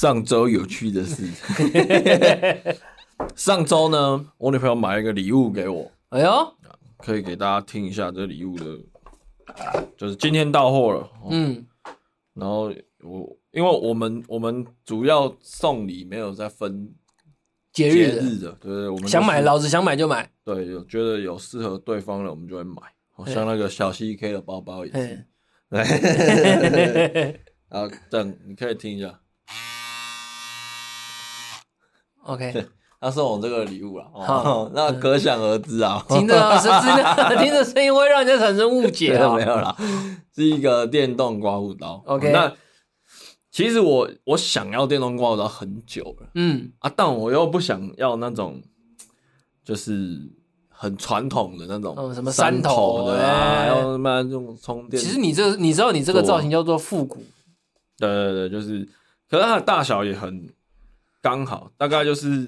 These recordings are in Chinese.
上周有趣的事。上周呢，我女朋友买了一个礼物给我， 哎呦， 可以给大家听一下这礼物的，就是今天到货了。然后因为我们主要送礼没有在分节日的，对，我们想买老子想买就买， 对，觉得有适合对方的我们就会买，像那个小 CK 的包包也是。对，然后这样你可以听一下。 OK， 他送我这个礼物啦，那可想而知啊。 听着声音会让人家产生误解啊。 没有啦，是一个电动刮胡刀。 OK， 那其实我想要电动刮胡刀很久了，但我又不想要那种就是很传统的那种， 什么三头的啊，还有什么这种充电。 其实你知道你这个造型叫做复古， 对，就是，可是它的大小也很刚好，大概就是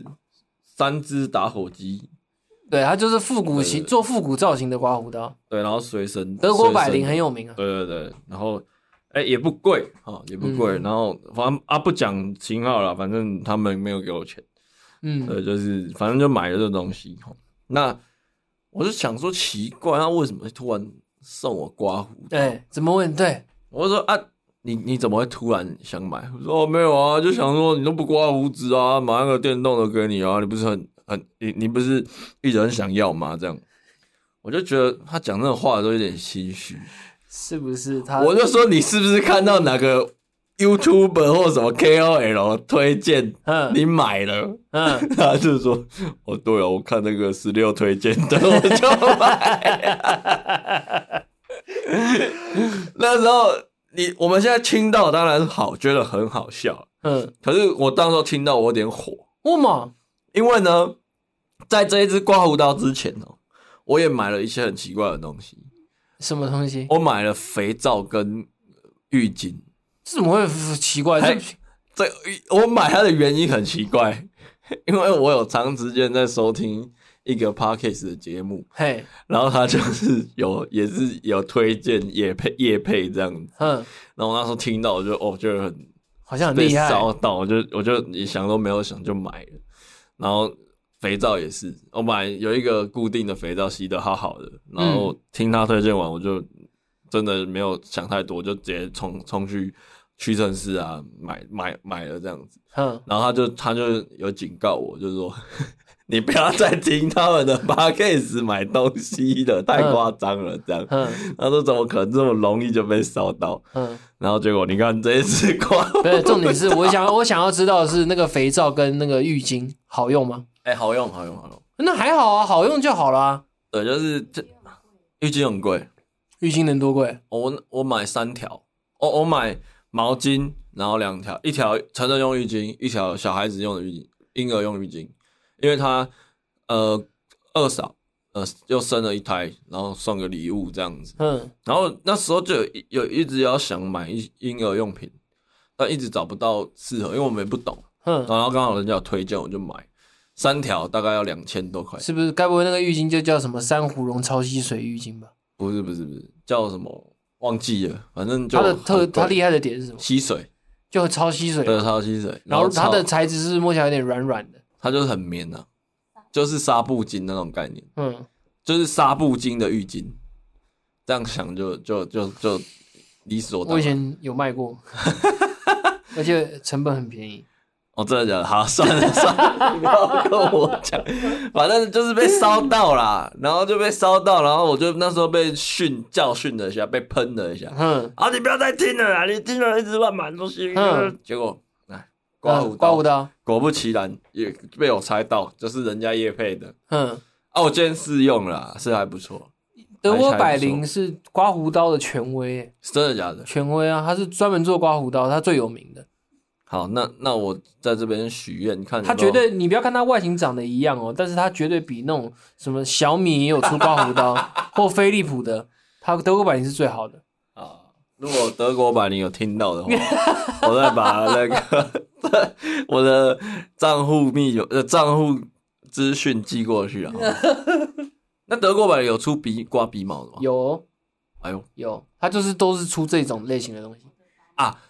3支打火机。 对，它就是复古型，做复古造型的刮胡刀。 对，然后随身德国百灵很有名啊。 对，然后也不贵也不贵，然后反正不讲型号了，反正他们没有给我钱。对，就是反正就买了这东西。那我就想说奇怪，他为什么突然送我刮胡刀？ 对，怎么问？对， 我就说啊，你怎么会突然想买？我说没有啊，就想说你都不刮胡子啊，买那个电动的给你啊，你不是你不是一直很想要吗？这样，我就觉得他讲那种话都有点心虚， 是不是？ 我就说你是不是看到哪个 YouTuber 或什么 KOL 推荐，你买了，他就说哦对哦，我看那个16推荐的，我就买了。那时候我们现在听到当然是好，觉得很好笑，可是我当时候听到我有点火， 为嘛？ 因为呢，在这一支刮胡刀之前我也买了一些很奇怪的东西。 什么东西？ 我买了肥皂跟浴巾。 这怎么会奇怪？ 我买它的原因很奇怪，因为我有长时间在收听一个 podcast 的节目，然后他就是也是有推荐业配这样子，然后我那时候听到我就觉得好像很厉害， 被烧到，我就也想都没有想就买了，然后肥皂也是，我买有一个固定的肥皂洗得好好的，然后听他推荐完，我就真的没有想太多，就直接冲去屈臣氏啊买了这样子，然后他就有警告我，就是说你不要再听他们的 podcast 买东西了，太夸张了这样。他说怎么可能这么容易就被烧到？然后结果你看这一次刮， 对，重点是我想要知道的是那个肥皂跟那个浴巾好用吗？ 好用。 那还好啊，好用就好啦。 对，就是这浴巾很贵， 浴巾能多贵？ 我买3条，我买毛巾，然后2条，一条成人用浴巾，一条小孩子用的浴巾，婴儿用浴巾，因为他二嫂又生了1胎，然后送个礼物这样子。然后那时候就有一直要想买婴儿用品，但一直找不到适合，因为我们也不懂。然后刚好人家有推荐，我就买3条，大概要2000多块。 是不是？该不会那个浴巾就叫什么珊瑚绒超吸水浴巾吧？ 不是，叫什么忘记了，反正就它厉害的点是什么？ 吸水， 就超吸水。 对，超吸水。 然后它的材质是摸起来有点软软的， 它就是很绵啊，就是纱布巾那种概念。就是纱布巾的浴巾，这样想就理所当然。 我以前有卖过，而且成本很便宜。 真的假的？好，算了，你不要跟我讲，反正就是被烧到啦，然后就被烧到，然后我就那时候被教训了一下，被喷了一下。你不要再听了啦，你听了一直乱买东西。结果刮胡刀，果不其然也被我猜到，就是人家业配的。我今天试用了啦，是还不错。 德国百灵是刮胡刀的权威， 真的假的？ 权威啊，他是专门做刮胡刀，他最有名的。 好，那我在这边许愿，看他绝对，你不要看他外形长得一样哦，但是他绝对比那种什么小米也有出刮胡刀，或飞利浦的，他德国百灵是最好的啊。如果德国百灵有听到的话，我再把那个我的账户资讯寄过去啊。那德国百灵有出刮鼻毛的吗？ 有， 哎呦， 有，他就是都是出这种类型的东西啊。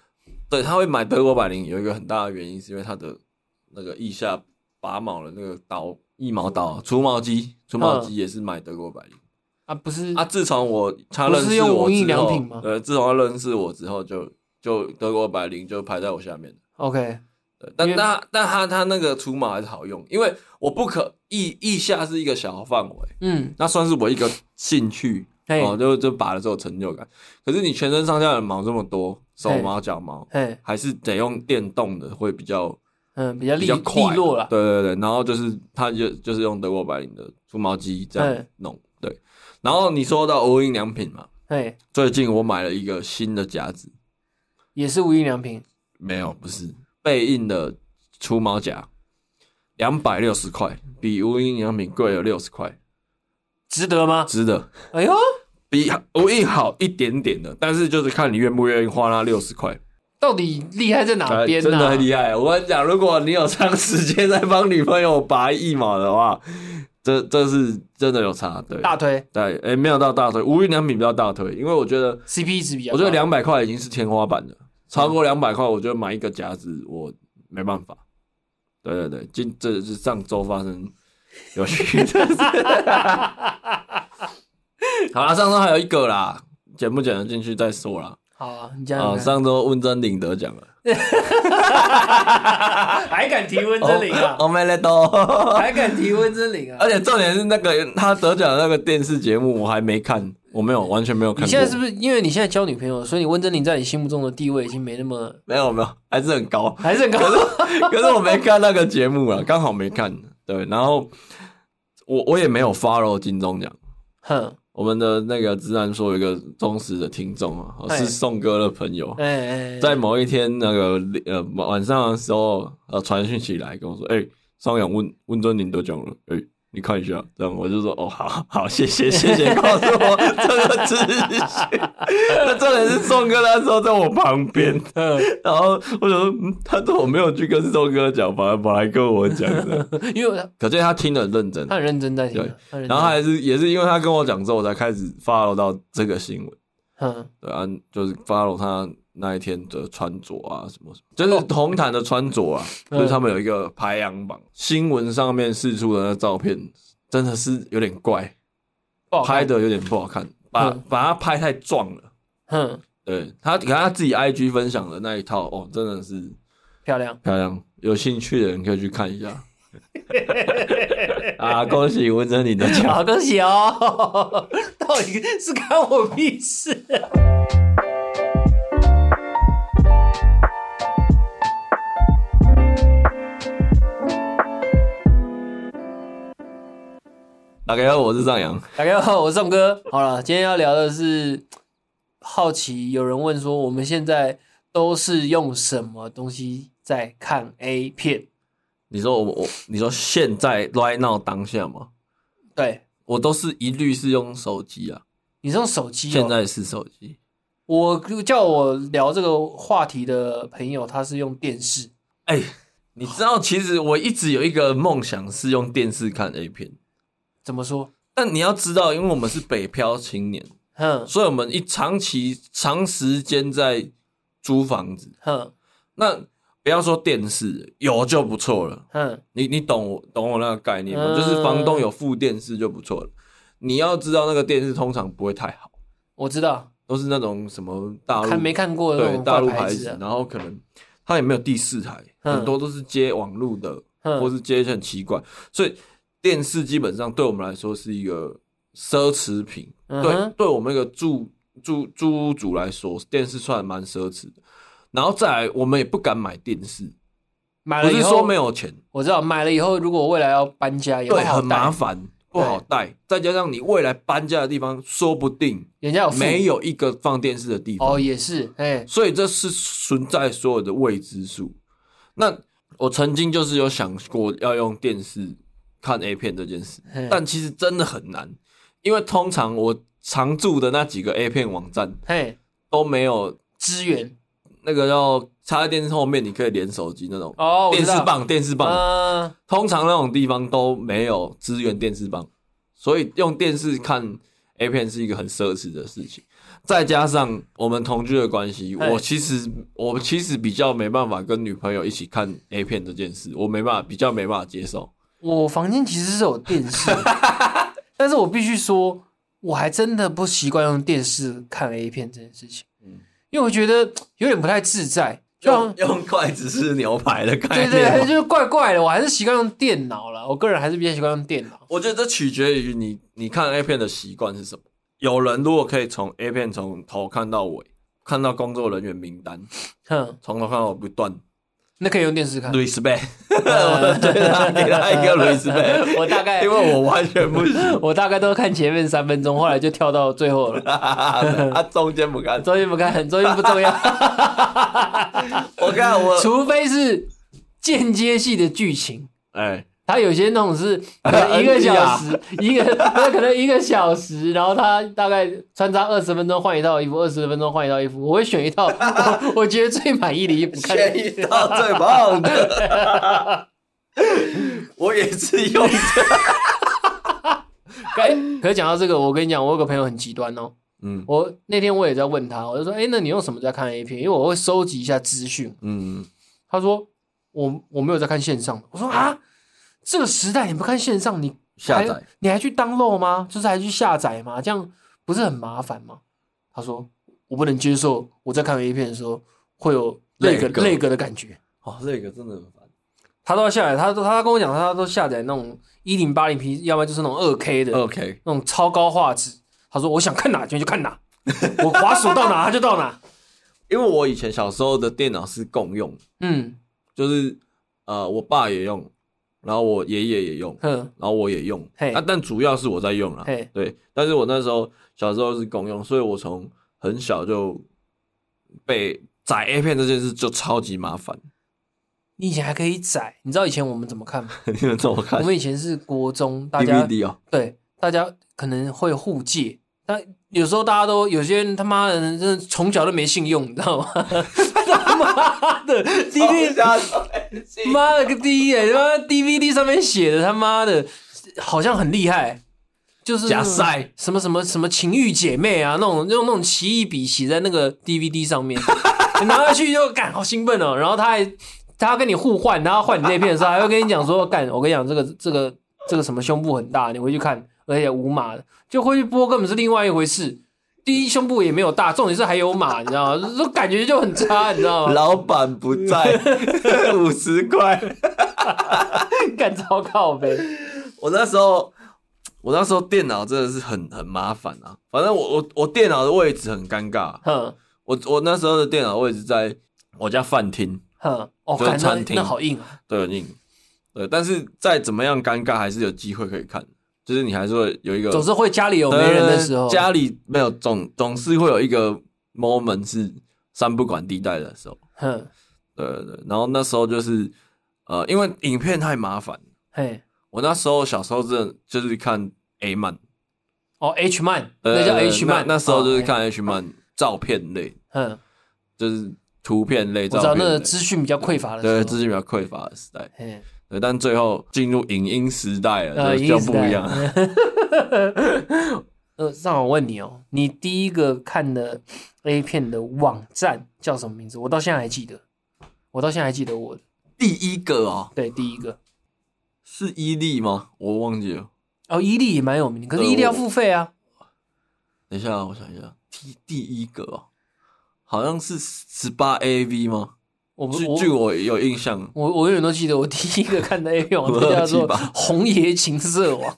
对，他会买德国百灵有一个很大的原因，是因为他的那个腋下拔毛的那个刀，腋毛刀，除毛机也是买德国百灵啊，不是啊。自从他认识我之后， 不是用无印良品吗？ 自从他认识我之后就德国百灵就排在我下面。 OK， 对，但他那个除毛还是好用，因为我不可腋下是一个小范围，那算是我一个兴趣就拔了之后有成就感。可是你全身上下的毛这么多，手毛、脚毛，还是得用电动的会比较比较快利落啦。 对，然后就是他就是用德国百灵的除毛机这样弄。对，然后你说到无印良品嘛，最近我买了一个新的夹子， 也是无印良品。 没有，不是贝印的除毛夹，260块，比无印良品贵了60块， 值得吗？ 值得。 哎呦， 比无印好一点点的，但是就是看你愿不愿意花那60块。 到底厉害在哪边呢？ 真的很厉害。我跟你讲，如果你有长时间在帮女朋友拔腋毛的话，这是真的有差。对， 大推。 对，没有到大推，无印良品比较大推，因为我觉得 CP 值比较高。 我觉得200块已经是天花板了。超过200块，我觉得买一个夹子我没办法。对，这是上周发生有趣的事。好啦，上周还有一个啦，剪不剪得进去再说啦。 好啊，你讲。 上周温真菱得奖了， 还敢提温真菱啊？ 我没来多， 还敢提温真菱啊？ 而且重点是那个他得奖的那个电视节目我还没看。我没有，完全没有看过。 你现在是不是因为你现在交女朋友，所以你温真菱在你心目中的地位已经没那么…… 没有，还是很高， 还是很高。 可是我没看那个节目啊，刚好没看。对，然后我也没有 follow 金钟奖。我们的那个自然说有一个忠实的听众啊，是宋哥的朋友，在某一天那个晚上的时候传讯息来跟我说，上扬温真菱得奖了，你看一下，这样我就说哦，好，谢谢告诉我这个资讯。那重点是宋哥那时候在我旁边，然后我想说，他怎么没有去跟宋哥讲，反而跑来跟我讲的？因为可见他听得很认真， 他很认真在听。 对，然后也是因为他跟我讲之后，我才开始 follow 到这个新闻。对啊，就是 follow 他那一天的穿着啊，什么，就是红毯的穿着啊，就是他们有一个排行榜，新闻上面释出的那照片真的是有点怪，拍的有点不好看，把他拍太壮了。对，他自己 IG 分享的那一套，真的是漂亮， 有兴趣的人可以去看一下。恭喜温真菱的奖， 好恭喜哦！到底是干我屁事大家好，我是上扬。 大家好，我是宋哥。好了，今天要聊的是好奇，有人问说我们现在都是用什么东西在看 A 片？ 你说你说现在 right now 当下吗？ 对， 我都是一律是用手机啊。 你是用手机？ 现在是手机。 叫我聊这个话题的朋友，他是用电视。 你知道，其实我一直有一个梦想是用电视看 A 片。 怎么说？ 但你要知道，因为我们是北漂青年，所以我们长时间在租房子，那不要说电视有就不错了，你懂我那个概念吗？就是房东有附电视就不错了。你要知道，那个电视通常不会太好， 我知道， 都是那种什么大陆没看过的那种大陆牌子， 然后可能它也没有第4台，很多都是接网路的，或是接一些很奇怪，所以电视基本上对我们来说是一个奢侈品。对我们一个租屋主来说，电视算蛮奢侈的。然后再来，我们也不敢买电视， 买了以后不是说没有钱， 我知道买了以后，如果未来要搬家也不好带， 对，很麻烦，不好带。再加上你未来搬家的地方，说不定人家没有一个放电视的地方。 也是， 所以这是存在所有的未知数。那我曾经就是有想过要用电视看 A 片这件事，但其实真的很难，因为通常我常驻的那几个 A 片网站，都没有支援。 那个要插在电视后面，你可以连手机那种电视棒，通常那种地方都没有支援电视棒，所以用电视看 A 片是一个很奢侈的事情，再加上我们同居的关系，我其实比较没办法跟女朋友一起看 A 片这件事，我比较没办法接受。 我房间其实是有电视，但是我必须说，我还真的不习惯用电视看 A 片这件事情，因为我觉得有点不太自在。 用筷子吃牛排的概念， 对，就是怪怪的。我还是习惯用电脑啦，我个人还是比较习惯用电脑。 我觉得这取决于你看 A 片的习惯是什么。有人如果可以从 A 片从头看到尾，看到工作人员名单，从头看到尾不断， 那可以用电视看。 respect， 我对他给他一个 respect。 我大概因为我完全不行， 我大概都看前面3分钟，后来就跳到最后了。 中间不看， 中间不重要。 我看除非是间接系的剧情，他有些那种是可能1个小时，可能1个小时，然后他大概穿插20分钟换一套衣服，20分钟换一套衣服，我会选一套我觉得最满意的衣服， 选一套最棒的。我也是用的。 可是讲到这个，我跟你讲，我有个朋友很极端哦。我那天我也在问他，我就说，那你用什么在看 A 片？因为我会收集一下资讯。他说我没有在看线上。我说啊，这个时代你不看线上，你下载， 你还去 download 吗？就是还去下载吗？这样不是很麻烦吗？他说我不能接受我在看 A 片的时候会有那个的感觉。 那个真的很烦。 他都要下载，他跟我讲，他都下载那种1080p，要不然就是那种2K 的 2K 那种超高画质。他说我想看哪就看哪，我滑鼠到哪他就到哪。 因为我以前小时候的电脑是共用，就是我爸也用，然后我爷爷也用，然后我也用，但主要是我在用啦，对。但是我那时候小时候是共用，所以我从很小就被载 A 片这件事就超级麻烦。 你以前还可以载，你知道以前我们怎么看吗？ 你们怎么看？ 我们以前是国中，大家 DVD 哦， 对，大家可能会互借，但有时候大家都有些人他妈的真的从小都没信用，你知道吗？他妈的 DVD， 妈的个第一，他妈 DVD 上面写的他妈的好像很厉害，就是假赛什么情欲姐妹啊，用那种奇异笔写在那个 DVD 上面，你拿回去就干好兴奋哦，然后他要跟你互换，然后换你那片的时候，还会跟你讲说干，我跟你讲这个什么胸部很大，你回去看，而且无码的，就回去播根本是另外一回事。第一胸部也没有大，重点是还有码，你知道吗？这感觉就很差，你知道吗？ 老板不在，50块， 干超靠北。 我那时候电脑真的是很麻烦啊。反正我电脑的位置很尴尬。我那时候的电脑位置在我家饭厅。就是餐厅， 那好硬啊。 对，很硬。对，但是再怎么样尴尬，还是有机会可以看。就是你还是会有一个， 总是会家里有没人的时候， 家里没有总是会有一个 moment 是三不管地带的时候。对，然后那时候就是因为影片太麻烦。我那时候小时候真的就是看 A 漫。 H 漫，那叫 H 漫。 那时候就是看 H 漫，照片类，就是图片类，照片类。 我知道那个资讯比较匮乏的时候， 对，资讯比较匮乏的时代。对，但最后进入影音时代了，就不一样了。 让我问你哦，你第一个看的 A 片的网站叫什么名字？我到现在还记得，我的第一个哦， 对，第一个是伊利吗？我忘记了。 伊利也蛮有名的，可是伊利要付费啊。 等一下，我想一下，第一个哦，好像是18AV 吗？据我有印象， 我永远都记得我第一个看的 A 片网站叫做红爷情色网，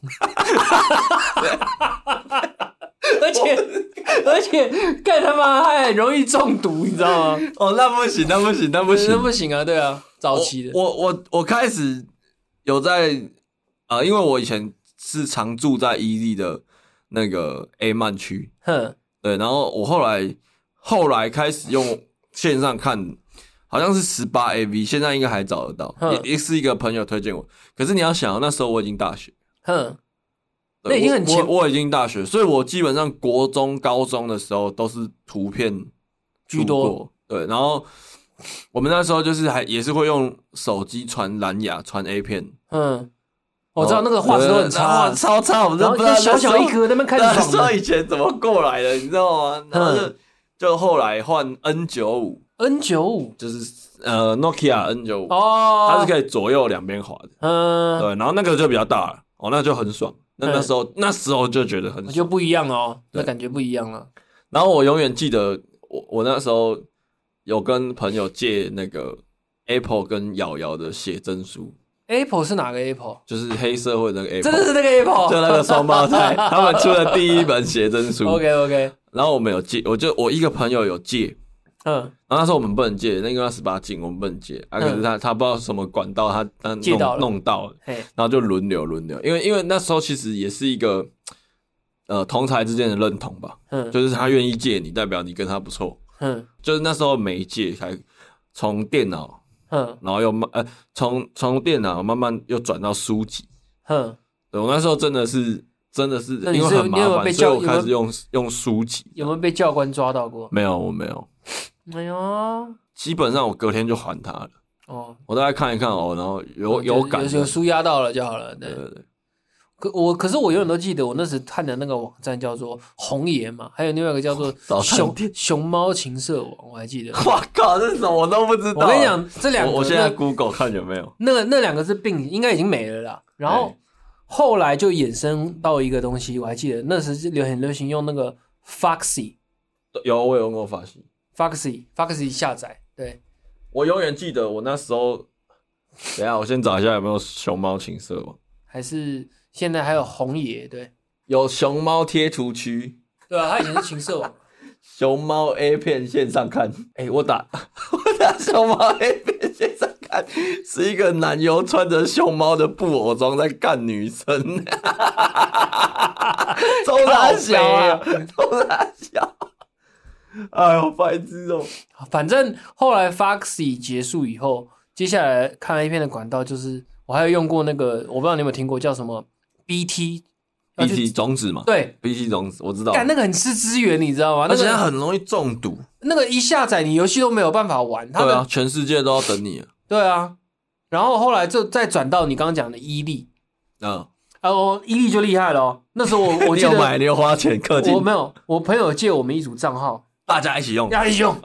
而且干他妈还很容易中毒，你知道吗？ 那不行啊！对啊，早期的我开始有在因为我以前是常住在伊利的那个 A 漫区，对，然后我后来开始用线上看。好像是18AV， 现在应该还找得到，也是一个朋友推荐我。可是你要想，那时候我已经大学， 那已经很前， 我已经大学，所以我基本上国中、高中的时候都是图片居多。 对，然后我们那时候就是也是会用手机传蓝牙、传 A 片。 我知道那个画质都很差， 超差，我们都不知道小小一颗那边开始爽。 那时候以前怎么过来的，你知道吗？然后就后来换 N95， 就是Nokia N95，它是可以左右两边滑的，对，然后那个就比较大了，那就很爽。那时候就觉得很爽， 就不一样哦，那感觉不一样了。 然后我永远记得我那时候有跟朋友借那个 Apple 跟瑶瑶的写真书。 Apple 是哪个 Apple？ 就是黑社会那个 Apple， 真的是那个 Apple， 就那个双胞胎，他们出的第一本写真书。 OK， 然后我们有借，我一个朋友有借，然后那时候我们不能借，那个18禁，我们不能借可是他不知道什么管道，他弄到了，然后就轮流，因为那时候其实也是一个同才之间的认同吧，就是他愿意借你，代表你跟他不错，就是那时候没借，才从电脑。然后又从电脑慢慢又转到书籍，对，我那时候真的是因为很麻烦，所以我开始用书籍。 有没有被教官抓到过？ 没有，我没有。 没有， 基本上我隔天就还他了。我大概看一看然后有感有书压到了就好了。对。可是我永远都记得我那时看的那个网站叫做红爷嘛，还有另外一个叫做熊猫情色网，我还记得。 哇靠，这是什么我都不知道。 我跟你讲，这两个我现在 Google 看有没有。 那两个是并，应该已经没了啦。然后后来就衍生到一个东西，我还记得那时很流行用那个 Foxy。 有，我有用过 Foxy 下载。对， 我永远记得我那时候。等一下，我先找一下有没有熊猫情色网， 还是。现在还有红爷，对， 有熊猫贴图区， 对啊，他以前是情色网， 熊猫 A 片线上看，我打熊猫 A 片线上看，是一个男优穿着熊猫的布偶装在干女生，超大小啊，超大小，哎呦，白痴哦！ 反正后来 Foxy 结束以后，接下来看 A 片的管道就是我还有用过那个，我不知道你有没有听过，叫什么？BT 种子嘛， 对 ，BT 种子我知道， 那个很吃资源，你知道吗？ 而且它很容易中毒， 那个一下载你游戏都没有办法玩， 对啊，全世界都要等你了， 对啊，然后后来就再转到你刚刚讲的伊利，伊利就厉害了哦，那时候我记得你有花钱氪金， 我没有，我朋友借我们一组账号。 大家一起用， 跟我一样，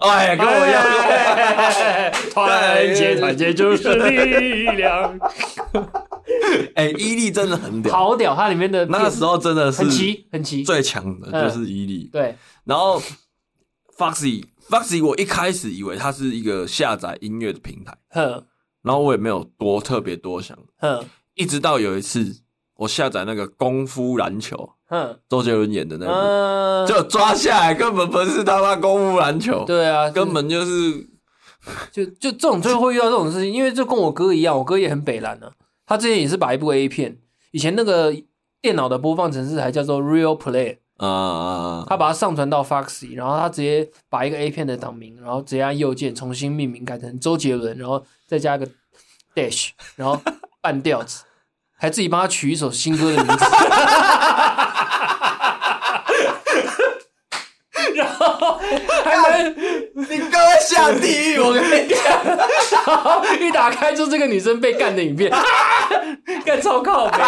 团结就是力量。 伊利真的很屌， 好屌，它里面的那个时候真的是很奇， 最强的就是伊利。 对， 然后 Foxy， 我一开始以为它是一个下载音乐的平台，然后我也没有特别多想，一直到有一次我下载那个功夫篮球。周杰伦演的那部，就抓下来，根本不是他妈功夫篮球， 对啊， 根本就是就这种就会遇到这种事情，因为就跟我哥一样，我哥也很北蓝啊，他之前也是把一部 A 片，以前那个电脑的播放程式还叫做 Real Play，他把它上传到 Foxy， 然后他直接把一个 A 片的档名，然后直接按右键重新命名改成周杰伦，然后再加个 dash， 然后半调子，还自己帮他取一首新歌的名字。然后还能， 你哥下地狱，我跟你讲。 然后一打开就这个女生被干的影片，干超靠北，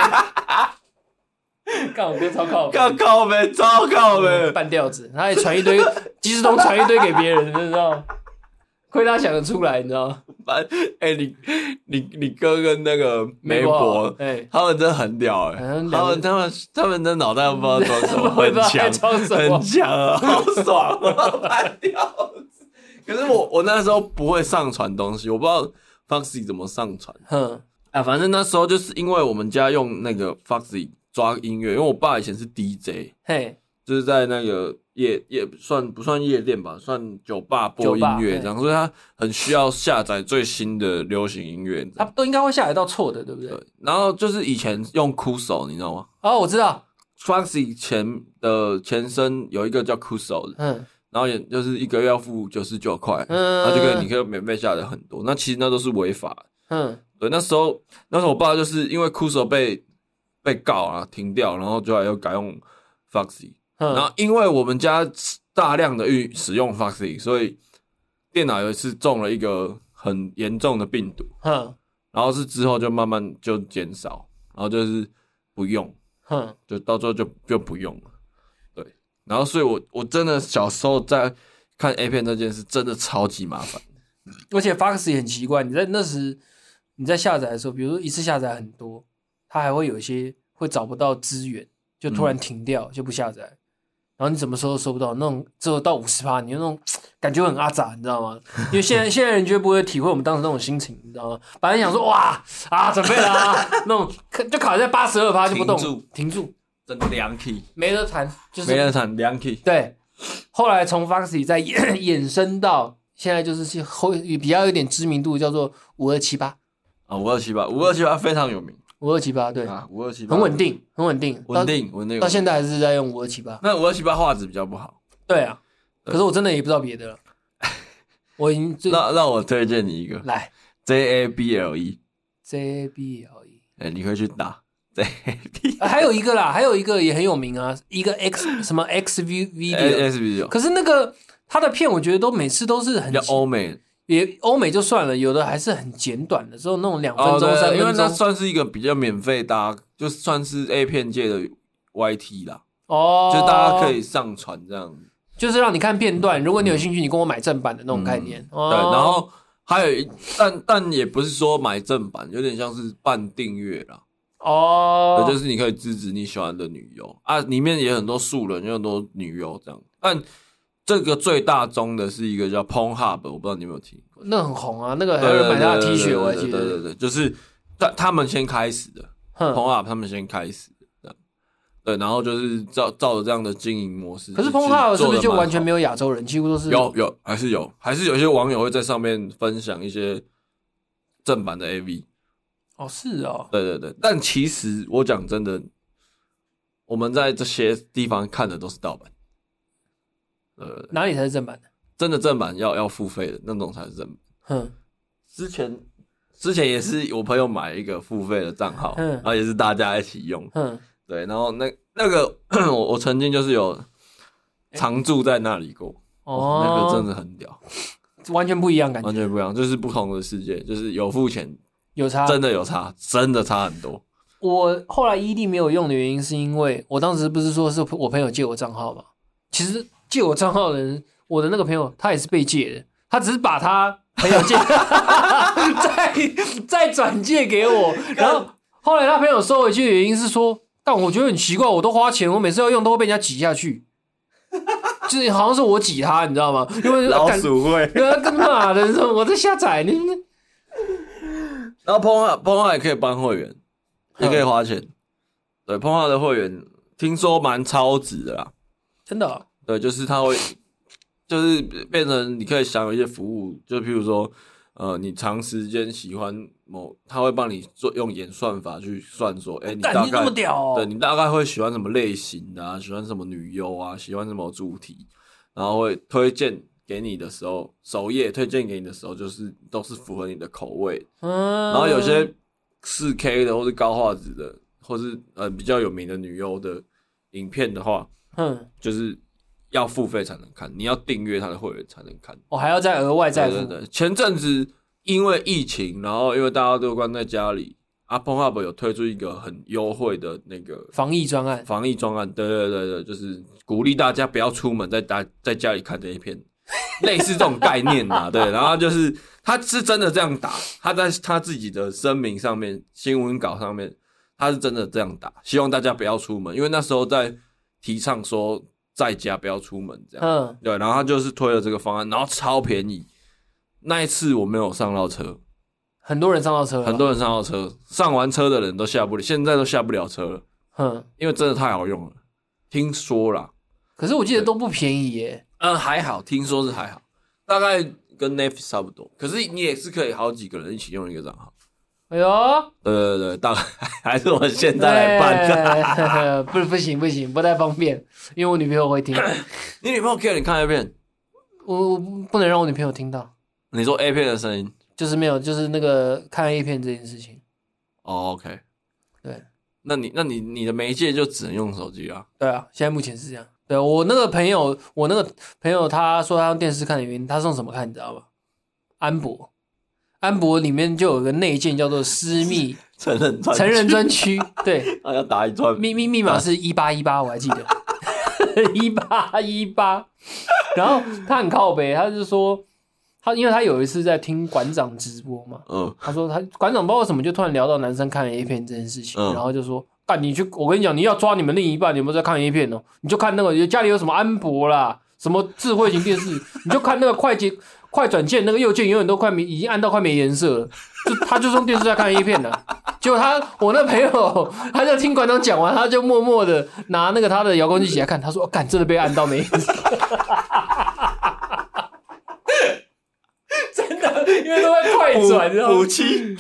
干我哥超靠北， 干靠北，超靠北， 半吊子，他还传一堆，即时通传一堆给别人，你知道吗？亏他想得出来，你知道吗？ 你哥跟那个梅博，他们真的很屌他们的脑袋不知道装什么，很强啊，好爽啊，半吊子。可是我那时候不会上传东西，我不知道 Foxy 怎么上传。反正那时候就是因为我们家用那个 Foxy 抓音乐，因为我爸以前是 DJ， 就是在那个不算夜店吧，算酒吧播音乐这样，所以他很需要下载最新的流行音乐， 他都应该会下载到错的，对不对？对。 然后就是以前用酷手，你知道吗？ 我知道 ，Foxy 前身有一个叫酷手的，然后也就是一个月要付99块，然后你可以免费下载很多，那其实那都是违法的，对，那时候我爸就是因为酷手被告啊停掉，然后就要改用 Foxy。然后因为我们家大量的使用 Foxy， 所以电脑有一次中了一个很严重的病毒，然后是之后就慢慢就减少， 然后就是不用，就到最后就不用了。对，然后所以我真的小时候在看 A 片这件事真的超级麻烦， 而且 Fox 也很奇怪，你在那时你在下载的时候，比如说一次下载很多，它还会有一些会找不到资源，就突然停掉，就不下载，然后你什么时候收不到，那种只有到50%，你那种感觉很阿杂，你知道吗？因为现在人绝对不会体会我们当时那种心情，你知道吗？本来想说哇准备了那种就卡在82%就不动，停住， 真的2 key 没得谈，就是没得谈2 key。 对，后来从 Foxy 再衍生到现在，就是比较有点知名度，叫做5278 啊，5278非常有名。 5278对啊，5278 很稳定，稳定，到现在还是在用5278。 那5278画质比较不好。 对啊，可是我真的也不知道别的了。我已经让我推荐你一个， 来 JABLE， JABLE， 你可以去打 JABLE。 还有一个啦，还有一个也很有名啊，一个 什么 X Video， 可是那个他的片，我觉得每次都是很比较欧美。 也欧美就算了，有的还是很简短的，只有那种2分钟、3分钟。 因为那算是一个比较免费搭，就算是 A 片界的 YT 啦。就是大家可以上传这样， 就是让你看片段。如果你有兴趣，你跟我买正版的那种概念。 对，然后还有但也不是说买正版，有点像是半订阅啦。对，就是你可以支持你喜欢的女优啊，里面也很多素人，有很多女优这样，但。这个最大宗的是一个叫 Pornhub， 我不知道你有没有听过。 那很红啊，那个还有人买他的 T 恤，我还记得。 对，就是他们先开始的 Pornhub， 他们先开始的，对，然后就是照着这样的经营模式。 可是 Pornhub 是不是就完全没有亚洲人？几乎都是还是有些网友会在上面分享一些正版的 AV。 是哦。 对，但其实我讲真的，我们在这些地方看的都是盗版。 哪里才是正版的？ 真的正版要付费的那种才是正版。之前也是我朋友买一个付费的账号，然后也是大家一起用。对，然后那个我曾经就是有常住在那里过。那个真的很屌， 完全不一样感觉， 完全不一样，就是不同的世界，就是有付钱有差， 真的有差，真的差很多。 我后来ED没有用的原因是因为我当时不是说是我朋友借我账号嘛，其实。借我账号的人，我的那个朋友他也是被借的，他只是把他朋友借再转借给我，然后后来他朋友收回去的原因是说，但我觉得很奇怪，我都花钱，我每次要用都会被人家挤下去，就是好像是我挤他，你知道吗？因为老鼠会， 干嘛的？我在下载你。 然后Pornhub也可以办会员，也可以花钱。对，Pornhub的会员听说蛮超值的啦， 真的。 对，就是它会，就是变成你可以享有一些服务，就譬如说，你长时间喜欢他会帮你用演算法去算说，你大概那么屌对你大概会喜欢什么类型的啊，喜欢什么女优啊，喜欢什么主题，然后会推荐给你的时候，首页推荐给你的时候，就是都是符合你的口味。然后有些4K 的或是高画质的，或是比较有名的女优的影片的话，就是要付费才能看，你要订阅他的会员才能看。 还要再额外再付。 对，前阵子因为疫情，然后因为大家都关在家里，Pornhub 有推出一个很优惠的那个防疫专案。 对，就是鼓励大家不要出门，在家里看这一片，类似这种概念啊。对，然后就是他是真的这样打，他在他自己的声明上面、新闻稿上面，他是真的这样打，希望大家不要出门，因为那时候在提倡说。在家不要出门，这样。对，然后他就是推了这个方案，然后超便宜。那一次我没有上到车， 很多人上到车， 上完车的人都下不了，现在都下不了车了。因为真的太好用了，听说啦。 可是我记得都不便宜耶。 还好，听说是还好，大概跟 Netflix 差不多。可是你也是可以好几个人一起用一个账号。 哎呦， 对，大概还是我现在来办。 不行，不太方便，因为我女朋友会听。 你女朋友给你看 A 片？ 我不能让我女朋友听到。 你说 A 片的声音？ 就是没有，就是那个看 A 片这件事情。 OK。 对， 那你的媒介就只能用手机啊？ 对啊，现在目前是这样。对，我那个朋友他说他用电视看的原因，他是用什么看你知道吗？安博里面就有个内建叫做私密成人专区，对， 他要打一串密码是1818，我还记得1818。然后他很靠北，他就说因为他有一次在听馆长直播嘛，他说馆长不知道为什么就突然聊到男生看 A 片这件事情，然后就说我跟你讲，你要抓你们另一半，你有没有在看 A 片哦？你就看那个家里有什么安博啦，什么智慧型电视，你就看那个快转键，那个右键永远都已经按到快没颜色了，他就用电视在看 A 片了。结果我那朋友他就听馆长讲完，他就默默的拿那个他的遥控器起来看，他说：“干，真的被按到没颜色。”真的，因为都在快转，你知道吗？ 补漆。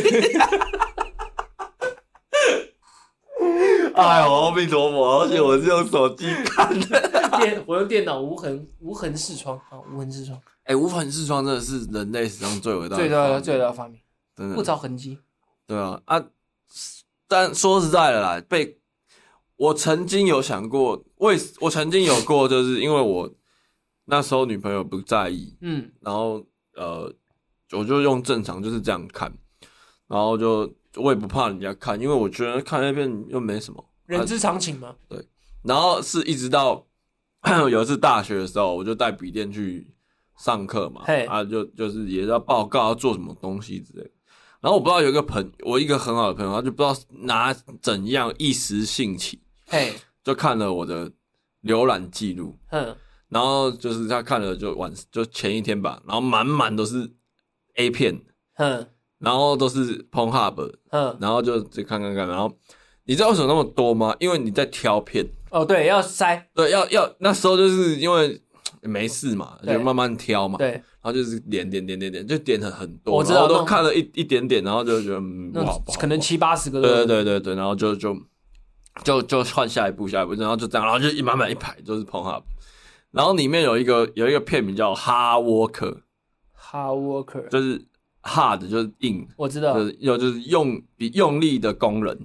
哎呦，阿弥陀佛！而且我是用手机看的， 我用电脑无痕视窗啊，无痕视窗。 无痕视窗真的是人类史上最伟大的发明， 真的不着痕迹。 对啊，但说实在的啦，我曾经有想过，我曾经有过，就是因为我那时候女朋友不在意，然后我就用正常就是这样看，然后我也不怕人家看，因为我觉得看那片又没什么， 人之常情嘛。 对，然后是一直到有一次大学的时候，我就带笔电去上课嘛，就是也要报告要做什么东西之类的。然后我不知道我一个很好的朋友，他就不知道拿怎样一时兴起，就看了我的浏览记录，然后就是他看了就前一天吧，然后满都是 A 片，然后都是 Pornhub，然后就看，然后你知道为什么那么多吗？因为你在挑片， 对，要筛， 对，要那时候就是因为没事嘛，就慢慢挑嘛，对。然后就是点，就点了很多， 我知道， 然后都看了一点点，然后就觉得不好， 可能70-80个。 对，然后就换下一步，然后就这样，然后就满一排都是 Pornhub， 然后里面有一个片名叫 Hard Worker， 就是 hard 就是硬， 我知道， 就是用力的工人，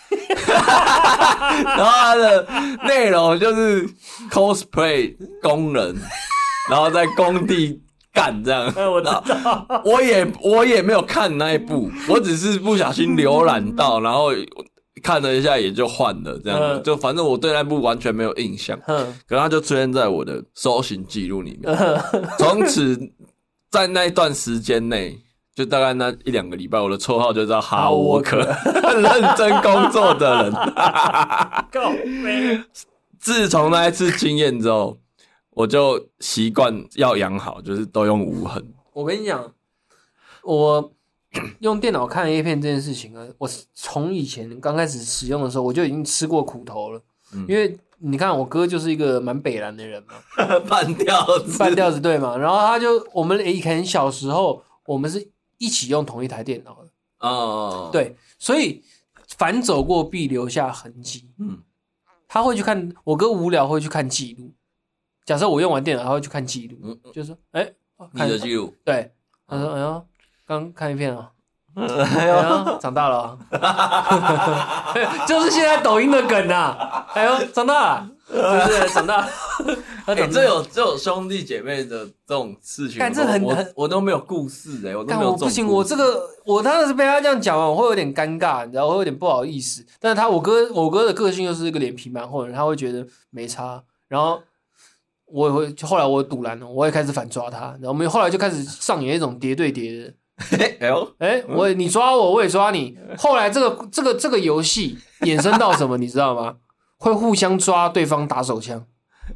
然后它的内容就是 cosplay 工人，然后在工地干这样， 我知道， 我也没有看那一部，我只是不小心浏览到，然后看了一下也就换了这样，就反正我对那部完全没有印象，可它就出现在我的搜寻记录里面，从此在那一段时间内，就大概那1-2个礼拜，我的绰号就叫哈沃克，认真工作的人。自从那一次经验之后，我就习惯要养好，就是都用无痕。 我跟你讲，我用电脑看 A 片这件事情啊，我从以前刚开始使用的时候，我就已经吃过苦头了。因为你看，我哥就是一个蛮北蓝的人嘛， 半吊子对嘛。然后我们以前小时候，我们是一起用同一台电脑的对，所以凡走过必留下痕迹。他会去看，我哥无聊会去看记录。假设我用完电脑，他会去看记录，就是说， 你的记录， 对，他说，哎呦，刚看一片啊。哎呦，长大了就是现在抖音的梗啊！哎呦，长大了，就是长大了。 这有兄弟姐妹的这种事情，我都没有故事我都没有。 不行，我当时是被他这样讲完，我会有点尴尬，你知道，我会有点不好意思。但是我哥的个性又是一个脸皮蛮厚的人，他会觉得没差。然后我也会，后来我堵拦了，我也开始反抓他。然后我们后来就开始上演一种叠对叠的。你抓我，我也抓你。后来这个游戏衍生到什么，你知道吗？会互相抓对方打手枪，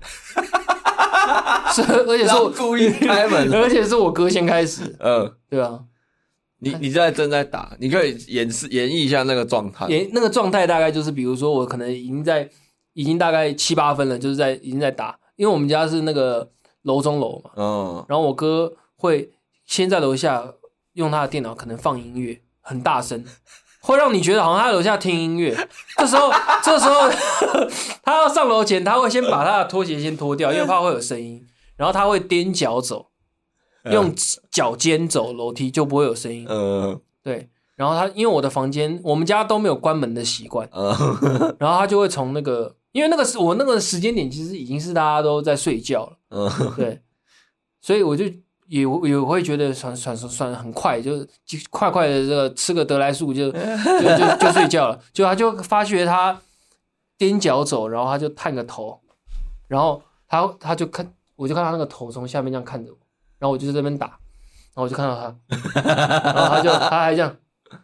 而且是故意开门， 而且是我哥先开始。对啊， 你现在正在打，你可以演绎一下那个状态。 那个状态大概就是，比如说我可能已经大概7-8分了，就是已经在打，因为我们家是那个楼中楼嘛。然后我哥会先在楼下。用他的电脑可能放音乐很大声，会让你觉得好像他在楼下听音乐。这时候他要上楼前，他会先把他的拖鞋先脱掉，因为怕会有声音。然后他会踮脚走，用脚尖走楼梯就不会有声音。对。然后因为我们家都没有关门的习惯，然后他就会从那个，因为我那个时间点其实已经是大家都在睡觉了。对。所以我就也会觉得算很快，就快的这个吃个得来速就睡觉了。就他就发觉他踮脚走，然后他就探个头，然后他就看，我就看他那个头从下面这样看着我，然后我就在这边打，然后我就看到他，然后他还这样，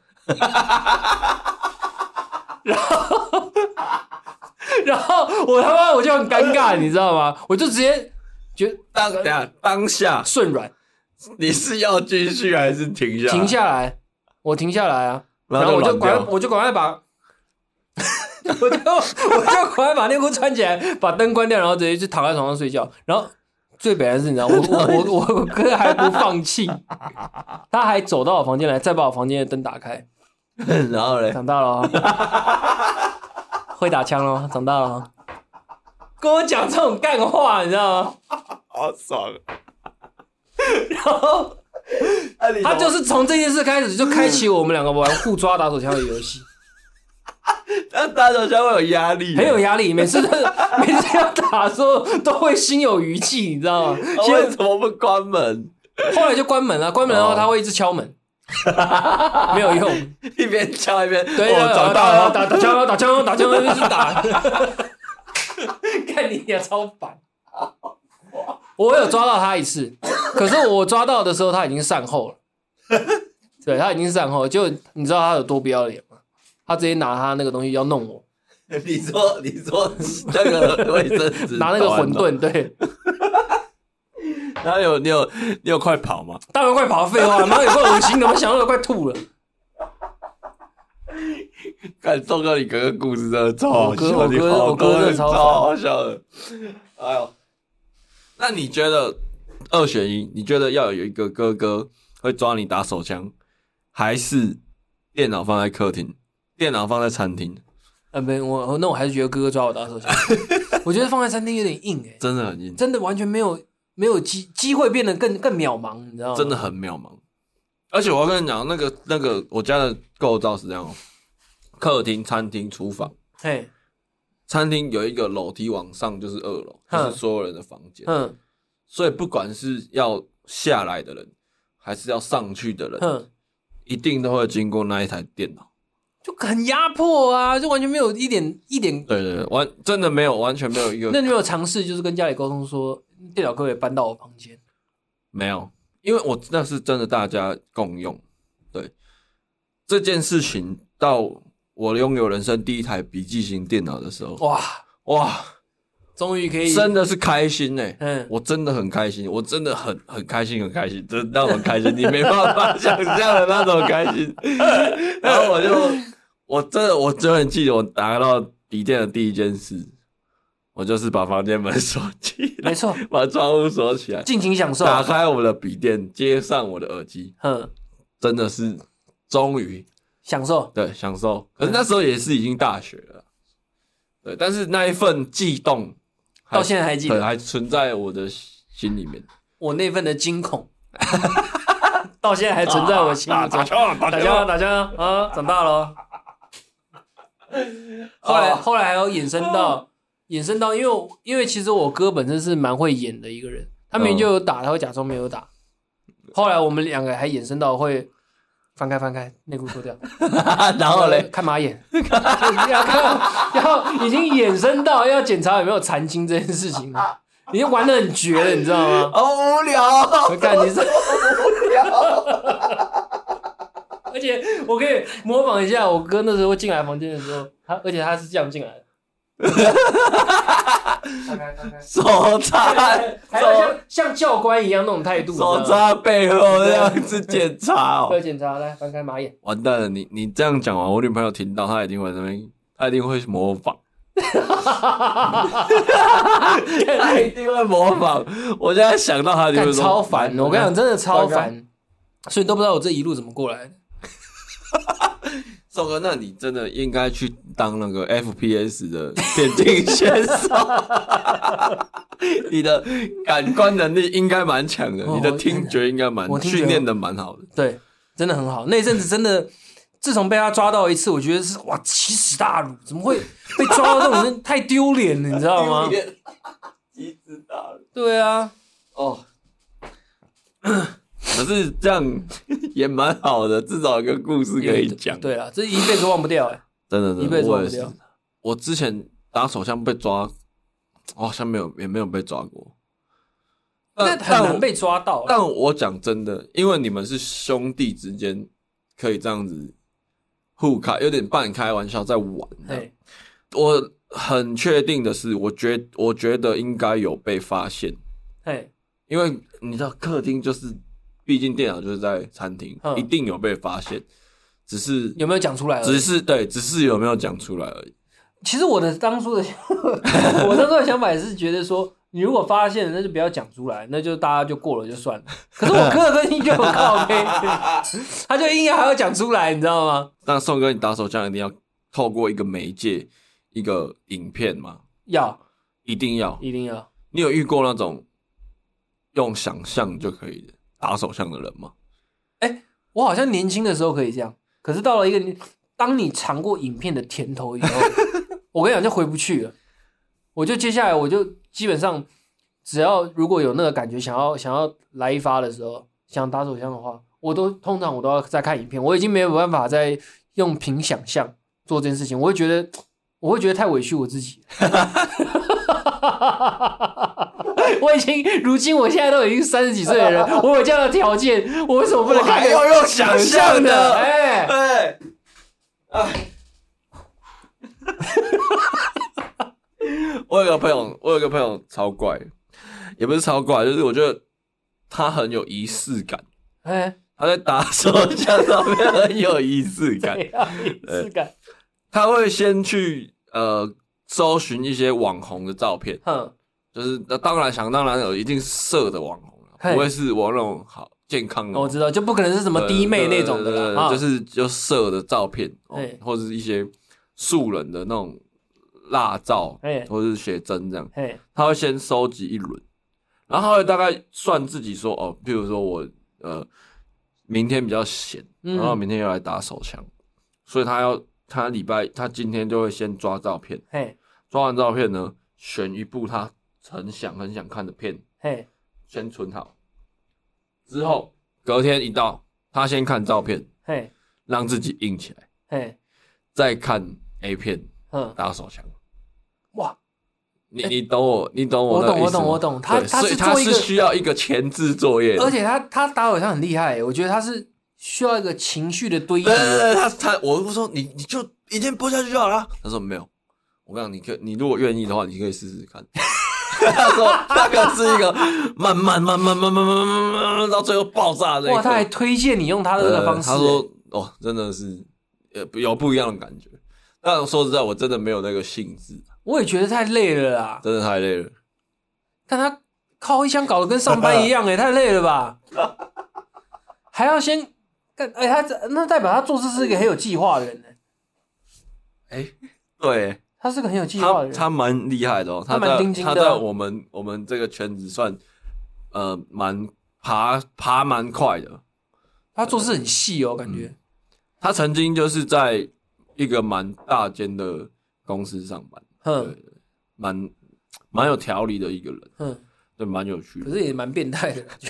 然后我就很尴尬，你知道吗？我就直接觉得当下顺软。 你是要继续还是停下来？ 停下来，我停下来啊，然后我就赶快把，我就赶快把内裤穿起来，把灯关掉，然后直接就躺在床上睡觉。然后最北的是，你知道，我哥还不放弃，他还走到我房间来，再把我房间的灯打开。 然后嘞， 长大了会打枪了，长大了跟我讲这种干话，你知道吗？ 好爽。 然后他就是从这件事开始就开启我们两个玩互抓打手枪的游戏。 那打手枪会有压力， 很有压力，每次要打的时候都会心有余悸，你知道吗？ 为什么不关门？ 后来就关门了，关门然后他会一直敲门，没有用， 一边敲一边对， 长大了， 打枪，一直打，看你也超烦。我有抓到他一次，可是我抓到的时候他已经善后了。对，他已经善后了，就你知道他有多不要脸吗？他直接拿他那个东西要弄我。 你说那个卫生纸， 拿那个馄饨，对。 然后你有快跑吗？ 当然快跑，废话，妈有够恶心的，我想到都快吐了。 看宋哥，你哥哥故事真的超好笑， 我哥真的超好笑的。哎呦。那你觉得2选1，你觉得要有一个哥哥会抓你打手枪，还是电脑放在客厅，电脑放在餐厅？ 没，我还是觉得哥哥抓我打手枪。我觉得放在餐厅有点硬真的很硬， 真的完全没有机会变得更渺茫，你知道吗？ 真的很渺茫。而且我要跟你讲，那个我家的构造是这样客厅、餐厅、厨房。 嘿。 餐厅有一个楼梯往上就是2楼，就是所有人的房间。所以不管是要下来的人，还是要上去的人，一定都会经过那一台电脑， 就很压迫啊，就完全没有一点。 对，真的没有，完全没有一个。 那你有尝试就是跟家里沟通说，电脑可不可以搬到我房间？ 没有，因为那是真的大家共用。对这件事情到。我拥有人生第一台笔记型电脑的时候，哇， 终于可以， 真的是开心我真的很开心，我真的很开心，真的那种开心，你没办法想象的那种开心。然后我真的记得我拿到笔电的第一件事，我就是把房间门锁起来， 没错， 把窗户锁起来， 尽情享受， 打开我的笔电，接上我的耳机，真的是终于。 享受， 对，享受。可是那时候也是已经大学了，对。但是那一份悸动， 到现在还记得， 还存在我的心里面。 我那份的惊恐，到现在还存在我心里中。打枪啊！长大了。后来还有衍生到，因为其实我哥本身是蛮会演的一个人，他明明就有打，他会假装没有打。后来我们两个还衍生到会。翻开，内裤脱掉， 然后嘞， 看马眼，要已经衍生到要检查有没有残精这件事情，已经玩得很绝了，你知道吗？ 好无聊， 我看你是无聊， 而且我可以模仿一下我哥那时候进来房间的时候，而且他是这样进来的。翻开， 手插， 还要像教官一样那种态度， 手插背后这样子检查哦。 对，检查，来翻开马眼。 完蛋了，你这样讲完，我女朋友听到，她一定会在那边，她一定会模仿，她一定会模仿。我现在想到她就会说超烦，我跟你讲，真的超烦，所以都不知道我这一路怎么过来的。 宋哥，那你真的应该去当那个 FPS 的电竞选手，你的感官能力应该蛮强的，你的听觉应该训练的蛮好的。 对，真的很好。那一阵子真的，自从被他抓到一次，我觉得是哇奇耻大辱，怎么会被抓到这种人，太丢脸了，你知道吗？ 奇耻大辱。 对啊， 哦。 可是这样也蛮好的，至少有个故事可以讲。 对啊，这一辈子忘不掉真的， 一辈子忘不掉。 我之前打手枪被抓，我好像也没有被抓过。 那很难被抓到。 但我讲真的，因为你们是兄弟之间，可以这样子互开，有点半开玩笑在玩的。我很确定的是，我觉得应该有被发现。因为你知道客厅就是，毕竟电脑就是在餐厅，一定有被发现，只是有没有讲出来而已。 只是有没有讲出来而已。 其实我当初的想法也是觉得说，你如果发现了，那就不要讲出来，那就大家就过了就算了。可是我哥跟你就很靠背，他就硬要还要讲出来，你知道吗？ 那宋哥，你打手枪一定要透过一个媒介，一个影片吗？一定要。你有遇过那种用想象就可以打手枪的人吗？ 我好像年轻的时候可以这样，可是到了一个，当你尝过影片的甜头以后，我跟你讲就回不去了。接下来我就基本上，只要如果有那个感觉，想要来一发的时候，想打手枪的话，通常我都要再看影片，我已经没有办法再用凭想象做这件事情，我会觉得太委屈我自己。如今我现在都已经30几岁的人，我有这样的条件，我为什么不能看？ 还要用想象的？我有个朋友超怪，也不是超怪，就是我觉得他很有仪式感。他在打手枪上面很有仪式感。他会先去搜寻一些网红的照片。就是当然有一定色的网红啦，不会是我那种好健康的。 我知道，就不可能是什么弟妹那种的啦， 就色的照片，或者是一些素人的那种辣照，或者是写真这样。他会先收集一轮，然后他会大概算自己说，譬如说我明天比较闲，然后明天要来打手枪，所以他今天就会先抓照片，抓完照片呢，选一部他很想看的片，先存好，之后隔天一到，他先看照片，让自己硬起来，再看 A 片，打手枪。 哇， 你懂我那个意思吗？ 我懂。 所以他是需要一个前置作业的， 而且他打手枪很厉害，我觉得他是需要一个情绪的堆积。 我说你就一天播下去就好了。他说没有，我跟你讲，你如果愿意的话，你可以试试看。他说那个是一个慢慢到最后爆炸的。 哇，他还推荐你用他的这个方式。 他说真的是有不一样的感觉。但说实在，我真的没有那个兴致。 我也觉得太累了啦， 真的太累了。 但他靠一枪搞得跟上班一样，太累了吧？还要先干，那代表他做事是一个很有计划的人呢。 对。 他是个很有计划的人， 他蛮厉害的哦，他在我们这个圈子算蛮爬蛮快的。 他做事很细哦，感觉。 他曾经就是在一个蛮大间的公司上班，蛮有条理的一个人，对，蛮有趣的。 可是也蛮变态的感觉。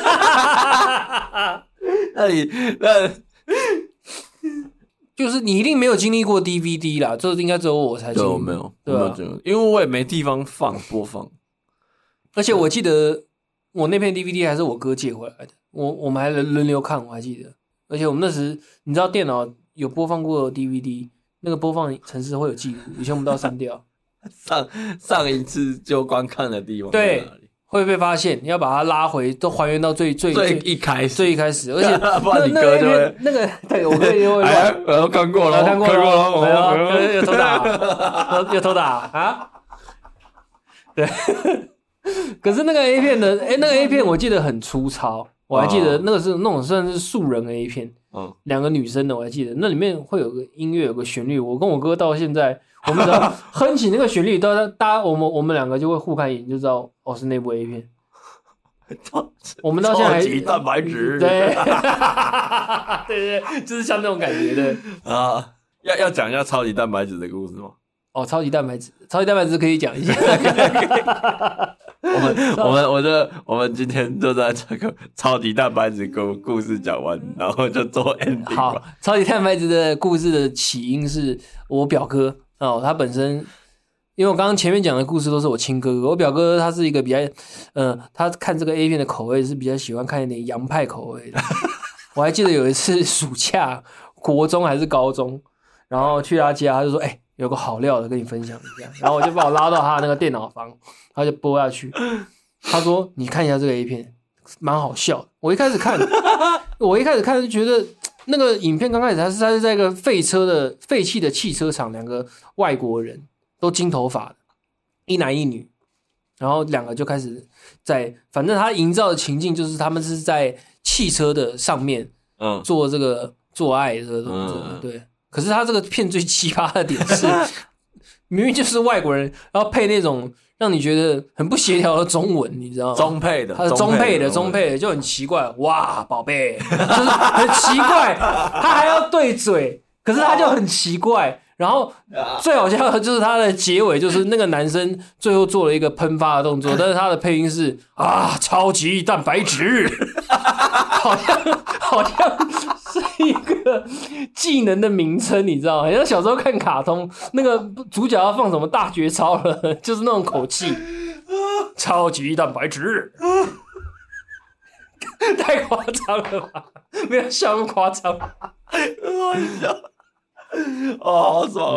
就是你一定没有经历过 DVD 啦，这应该只有我才经历过。 没有，因为我也没地方播放。 而且我记得我那片 DVD 还是我哥借回来的，我们还轮流看，我还记得。而且我们那时你知道电脑有播放过 DVD， 那个播放程式会有记录，以前我们都要删掉。 上一次就观看的地方在哪里？会被发现，你要把它拉回，都还原到最一开始，而且不然你哥就会那个，对我哥也会乱。 我看过了， 有偷打，有偷打啊！对，可是那个 A 片的，那个 A 片我记得很粗糙，我还记得那个是那种算是素人 A 片，两个女生的，我还记得那里面会有个音乐，有个旋律，我跟我哥到现在。我们只要哼起那个旋律，我们两个就会互看一眼，就知道是那部 A 片。我们到现在还超级蛋白质， 对，对，就是像那种感觉的啊。要讲一下超级蛋白质的故事吗？ 超级蛋白质可以讲一下。 我们今天就在这个超级蛋白质故事讲完，然后就做 ending 好，超级蛋白质的故事的起因是我表哥哦，他本身因为我刚刚前面讲的故事都是我亲哥哥，我表哥他是一个比较他看这个 A 片的口味是比较喜欢看一点洋派口味的。我还记得有一次暑假，国中还是高中，然后去他家，他就说：“有个好料的跟你分享一下。”然后我就把我拉到他那个电脑房，他就播下去。他说：“你看一下这个 A 片，蛮好笑的。”我一开始看就觉得那个影片刚开始他是在一个废弃的汽车厂，两个外国人都金头发的，一男一女，然后两个就开始反正他营造的情境就是他们是在汽车的上面，做这个做爱这个动作，对。可是他这个片最奇葩的点是，明明就是外国人，然后配那种让你觉得很不协调的中文，你知道吗？ 中配的， 他是中配的就很奇怪，哇，宝贝，就是很奇怪，他还要对嘴，可是他就很奇怪。然后最好笑的就是他的结尾，就是那个男生最后做了一个喷发的动作，但是他的配音是超级蛋白质，好像是一个技能的名称，你知道吗？好像小时候看卡通，那个主角要放什么大绝招了，就是那种口气，超级蛋白质，太夸张了吧？没有笑那么夸张， 好笑。好爽！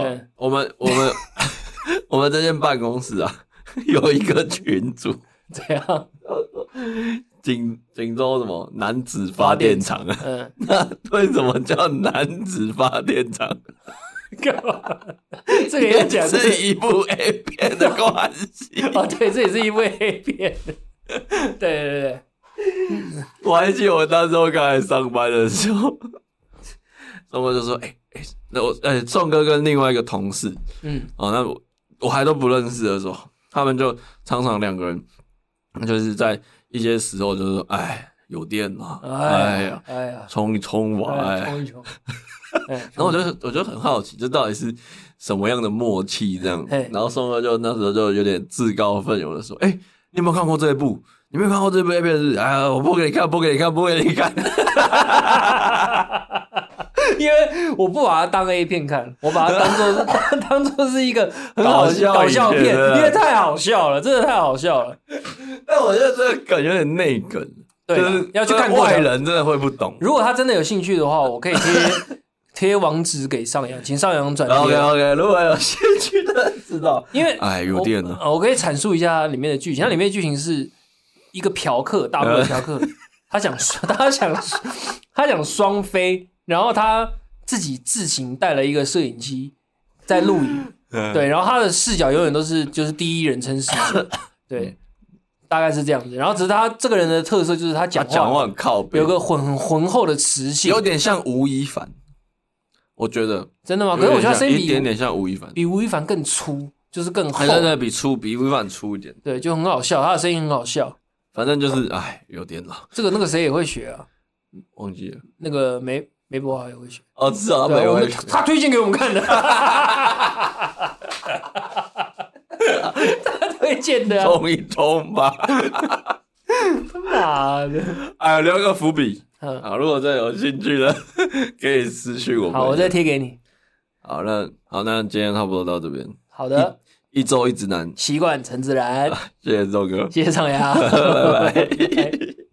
我们这间办公室啊，有一个群组， 怎样？ 锦州什么男子发电厂啊？那为什么叫男子发电厂？ 干嘛？这个也讲是一部 A 片的关系哦，对，这也是一部 A 片。对， 我还记得我那时候刚才上班的时候，宋哥就说：“那宋哥跟另外一个同事，那我还都不认识的时候，他们就常常两个人，就是在一些时候就是说，有电了，冲一冲吧， 冲一冲。 然后我就很好奇，这到底是什么样的默契这样？然后宋哥就那时候就有点自告奋勇的说：，你有没有看过这一部？你没有看过这部 A 片是？我播给你看。因为我不把它当 A 片看，我把它当作是一个很好搞笑片，因为太好笑了，真的太好笑了。 但我觉得这个梗有点内梗， 对， 就是要去看外人真的会不懂。 如果他真的有兴趣的话，我可以贴网址给上扬，请上扬转贴。 OK， 如果有兴趣的知道， 因为有电了， 我可以阐述一下里面的剧情。它里面的剧情是一个嫖客，大陆的嫖客，他想双飞。然后他自己自行带了一个摄影机在录影，对，然后他的视角永远都是就是第一人称视角，对，大概是这样子。然后只是他这个人的特色就是他讲话很靠北， 有个很浑厚的磁性， 有点像吴亦凡，我觉得真的吗？可是我觉得他声音一点点像吴亦凡， 比吴亦凡更粗，就是更厚， 对，比吴亦凡粗一点， 对，就很好笑，他的声音很好笑。 反正就是有点老， 这个那个谁也会学啊， 忘记了， 那个梅博华也会学至少他没会学， 他推荐给我们看的，他推荐的， 冲一冲吧， 妈的， 留个伏笔，如果真的有兴趣的，可以私讯我们， 好，我再贴给你。 好，那今天差不多到这边， 好的， 一周一直男， 习惯成自然， 谢谢周哥， 谢谢上扬， 拜拜。